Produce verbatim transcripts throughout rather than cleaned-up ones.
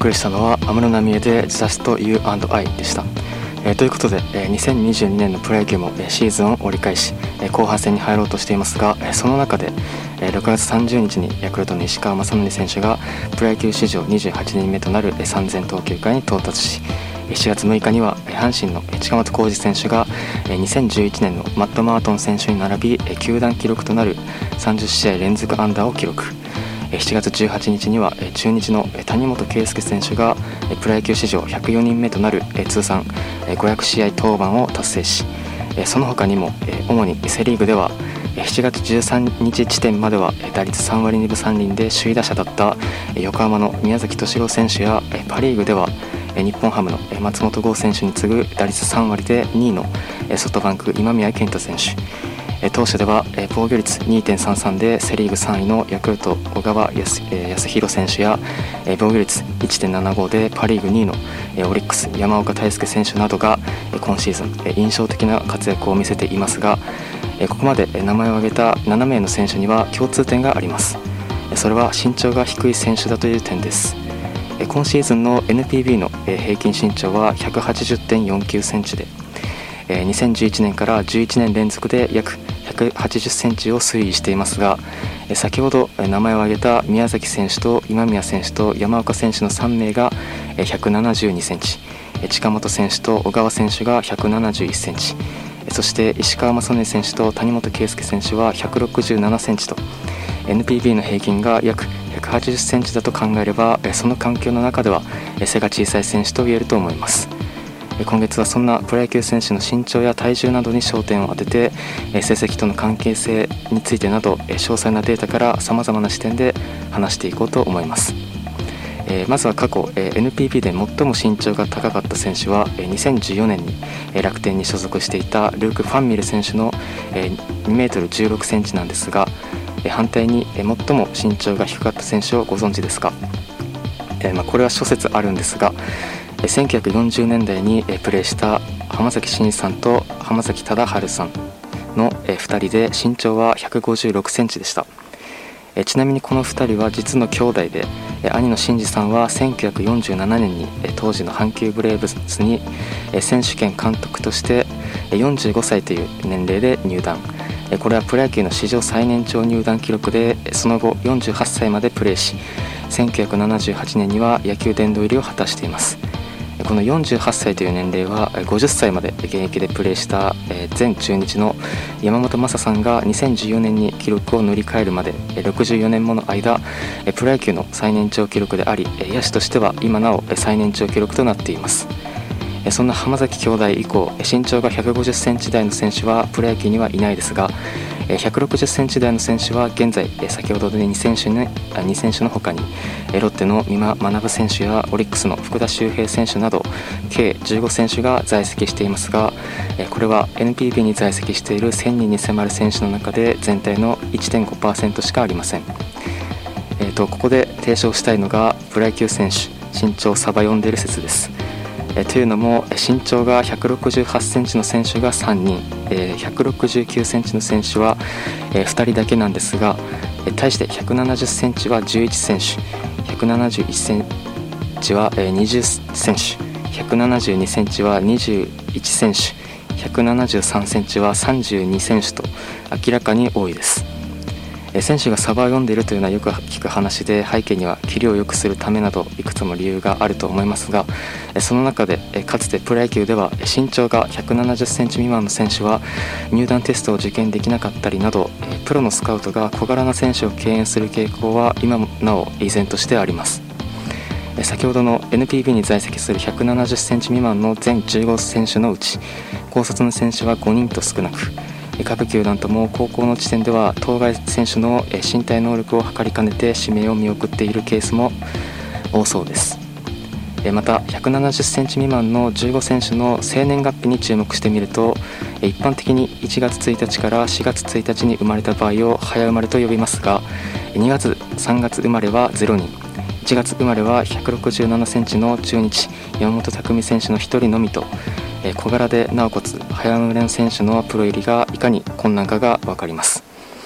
送りしたのは安室奈美恵で Just You and I でした。えー、ということで、えー、にせんにじゅうにねんのプロ野球も、えー、シーズンを折り返し、えー、後半戦に入ろうとしていますが、えー、その中で、えー、ろくがつさんじゅうにちにヤクルトの石川雅規選手がプロ野球史上にじゅうはちにんめとなる、えー、さんぜん投球回に到達し、しがつむいかには阪神の近本光司選手がにせんじゅういちねんのマット・マートン選手に並び球団記録となるさんじゅっしあい連続安打を記録。しちがつじゅうはちにちには中日の谷本圭介選手がプロ野球史上ひゃくよにんめとなる通算ごひゃくしあい登板を達成し、その他にも主にセ・リーグではしちがつじゅうさんにち時点までは打率さんわりにぶさんりんで首位打者だった横浜の宮崎敏郎選手や、パ・リーグでは日本ハムの松本剛選手に次ぐ打率さんわりでにいのソフトバンク今宮健太選手、投手では防御率 にてんさんさん でセ・リーグさんいのヤクルト小川康弘選手や防御率 いちてんななご でパ・リーグにいのオリックス山岡泰輔選手などが今シーズン印象的な活躍を見せていますが、ここまで名前を挙げたななめいの選手には共通点があります。それは身長が低い選手だという点です。今シーズンの エヌピービー の平均身長は ひゃくはちじゅってんよんきゅうセンチで、にせんじゅういちねんからじゅういちねん連続で約ひゃくはちじゅっセンチを推移していますが、先ほど名前を挙げた宮崎選手と今宮選手と山岡選手のさんめいがひゃくななじゅうにセンチ、近本選手と小川選手がひゃくななじゅういっセンチ、そして石川雅規選手と谷本圭介選手はひゃくろくじゅうななセンチと エヌピービー の平均が約ひゃくはちじゅっセンチだと考えれば、その環境の中では背が小さい選手と言えると思います。今月はそんなプロ野球選手の身長や体重などに焦点を当てて、成績との関係性についてなど詳細なデータからさまざまな視点で話していこうと思います。まずは過去 エヌピービー で最も身長が高かった選手はにせんじゅうよねんに楽天に所属していたルーク・ファンミル選手のにメートルじゅうろくセンチなんですが、反対に最も身長が低かった選手をご存知ですか？これは諸説あるんですが、せんきゅうひゃくよんじゅうねんだいにプレーした浜崎慎さんと浜崎忠治さんのふたりで身長はひゃくごじゅうろくセンチでした。ちなみにこのふたりは実の兄弟で、兄の慎二さんはせんきゅうひゃくよんじゅうななねんに当時の阪急ブレーブスに選手兼監督としてよんじゅうごさいという年齢で入団。これはプロ野球の史上最年長入団記録で、その後よんじゅうはっさいまでプレーし、せんきゅうひゃくななじゅうはちねんには野球殿堂入りを果たしています。このよんじゅうはっさいという年齢はごじゅっさいまで現役でプレーした前中日の山本昌さんがにせんじゅうよねんに記録を塗り替えるまでろくじゅうよねんもの間、プロ野球の最年長記録であり、野手としては今なお最年長記録となっています。そんな浜崎兄弟以降、身長がひゃくごじゅっセンチ台の選手はプロ野球にはいないですが、ひゃくろくじゅっセンチ台の選手は現在先ほどでに選手の他にロッテの美馬学選手やオリックスの福田周平選手など計じゅうごせんしゅが在籍していますが、これは エヌピービー に在籍しているせんにんに迫る選手の中で全体の いってんごパーセント しかありません。えーと、ここで提唱したいのがプロ野球選手身長サバ読んでいる説です。えというのも身長がひゃくろくじゅうはちセンチの選手がさんにん、えー、ひゃくろくじゅうきゅうセンチの選手は、えー、ふたりだけなんですが、えー、対してひゃくななじゅっセンチはじゅういちせんしゅ、ひゃくななじゅういちセンチは、えー、にじゅっせんしゅ、ひゃくななじゅうにセンチはにじゅういちせんしゅ、ひゃくななじゅうさんセンチはさんじゅうにせんしゅと明らかに多いです。選手がサバを読んでいるというのはよく聞く話で、背景にはキレを良くするためなどいくつも理由があると思いますが、その中でかつてプロ野球では身長がひゃくななじゅっセンチ未満の選手は入団テストを受験できなかったりなど、プロのスカウトが小柄な選手を敬遠する傾向は今もなお依然としてあります。先ほどの エヌピービー に在籍するひゃくななじゅっセンチ未満の全じゅうご選手のうち高卒の選手はごにんと少なく、各球団とも高校の時点では当該選手の身体能力を測りかねて指名を見送っているケースも多そうです。またひゃくななじゅっセンチ未満のじゅうご選手の生年月日に注目してみると、一般的にいちがつついたちからしがつついたちに生まれた場合を早生まれと呼びますが、にがつさんがつ生まれはゼロにん、いちがつ生まれはひゃくろくじゅうななセンチの中日山本拓実選手のひとりのみと、小柄でなおかつ早生まれの選手のプロ入りがいかに困難かが分かります。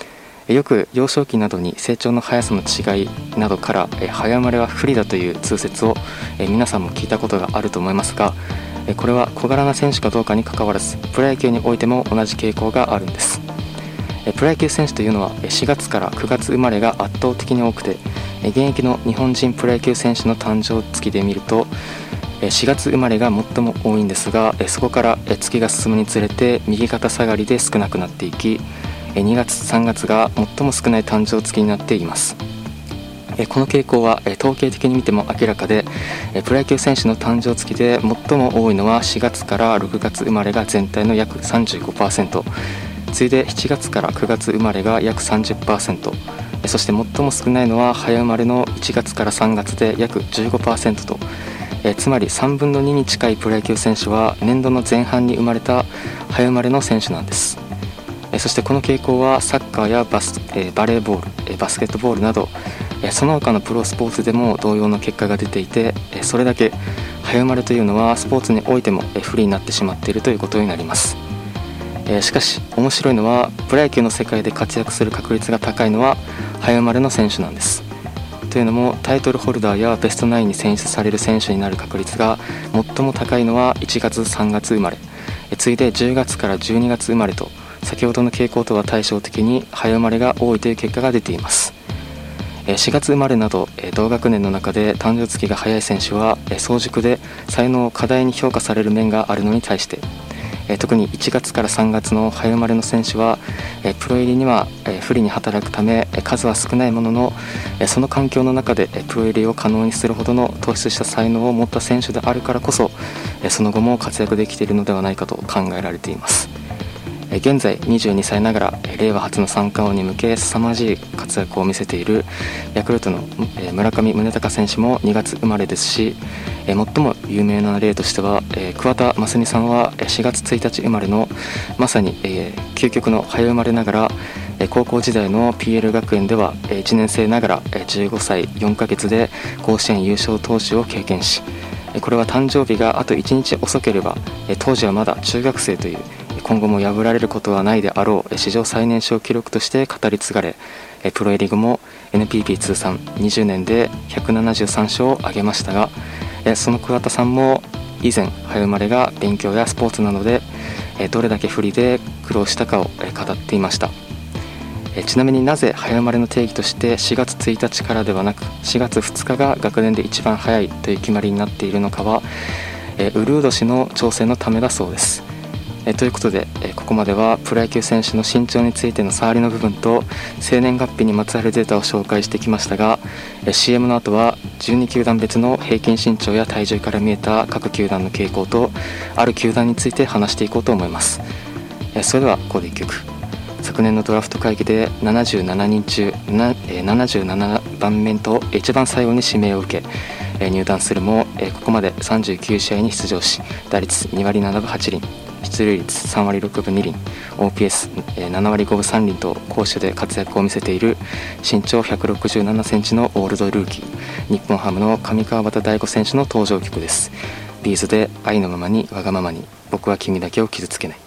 よく幼少期などに成長の速さの違いなどから早生まれは不利だという通説を皆さんも聞いたことがあると思いますが、これは小柄な選手かどうかにかかわらずプロ野球においても同じ傾向があるんです。プロ野球選手というのはしがつからくがつ生まれが圧倒的に多くて、現役の日本人プロ野球選手の誕生月で見るとしがつ生まれが最も多いんですが、そこから月が進むにつれて右肩下がりで少なくなっていき、にがつさんがつが最も少ない誕生月になっています。この傾向は統計的に見ても明らかで、プロ野球選手の誕生月で最も多いのはしがつからろくがつ生まれが全体の約 さんじゅうごパーセント、 次いでしちがつからくがつ生まれが約 さんじゅっパーセント、 そして最も少ないのは早生まれのいちがつからさんがつで約 じゅうごパーセント と、えつまりさんぶんのにに近いプロ野球選手は年度の前半に生まれた早生まれの選手なんです。えそしてこの傾向はサッカーやバス、えバレーボール、えバスケットボールなどえその他のプロスポーツでも同様の結果が出ていて、えそれだけ早生まれというのはスポーツにおいてもえ不利になってしまっているということになります。えしかし面白いのは、プロ野球の世界で活躍する確率が高いのは早生まれの選手なんです。というのも、タイトルホルダーやベストナインに選出される選手になる確率が最も高いのはいちがつさんがつ生まれ、次いでじゅうがつからじゅうにがつ生まれと、先ほどの傾向とは対照的に早生まれが多いという結果が出ています。しがつ生まれなど同学年の中で誕生月が早い選手は早熟で才能を過大に評価される面があるのに対して、特にいちがつからさんがつの早生まれの選手はプロ入りには不利に働くため数は少ないものの、その環境の中でプロ入りを可能にするほどの突出した才能を持った選手であるからこそ、その後も活躍できているのではないかと考えられています。現在にじゅうにさいながら令和初の三冠王に向け凄まじい活躍を見せているヤクルトの村上宗隆選手もにがつ生まれですし、最も有名な例としては桑田真澄さんはしがつついたち生まれのまさに究極の早生まれながら、高校時代の ピーエル 学園ではいちねん生ながらじゅうごさいよんかげつで甲子園優勝投手を経験し、これは誕生日があといちにち遅ければ当時はまだ中学生という今後も破られることはないであろう史上最年少記録として語り継がれ、プロ入り後も エヌピーピー 通算にじゅうねんでひゃくななじゅうさんしょうを挙げましたが、その桑田さんも以前早生まれが勉強やスポーツなどでどれだけ不利で苦労したかを語っていました。ちなみになぜ早生まれの定義としてしがつついたちからではなくしがつふつかが学年で一番早いという決まりになっているのかは、うるう年の調整のためだそうです。ということで、ここまではプロ野球選手の身長についての触りの部分と生年月日にまつわるデータを紹介してきましたが、 シーエム の後はじゅうにきゅうだん別の平均身長や体重から見えた各球団の傾向とある球団について話していこうと思います。それではここでいっきょく。昨年のドラフト会議でななじゅうななにん中ななじゅうななばんめと一番最後に指名を受け入団するも、ここまでさんじゅうきゅうしあいに出場し、打率にわりななぶはちりん、出塁率さんわりろくぶにりん、オーピーエスななわりごぶさんりんと攻守で活躍を見せている身長ひゃくろくじゅうななセンチのオールドルーキー、日本ハムの上川端大吾選手の登場曲です。ビーズで愛のままにわがままに、僕は君だけを傷つけない。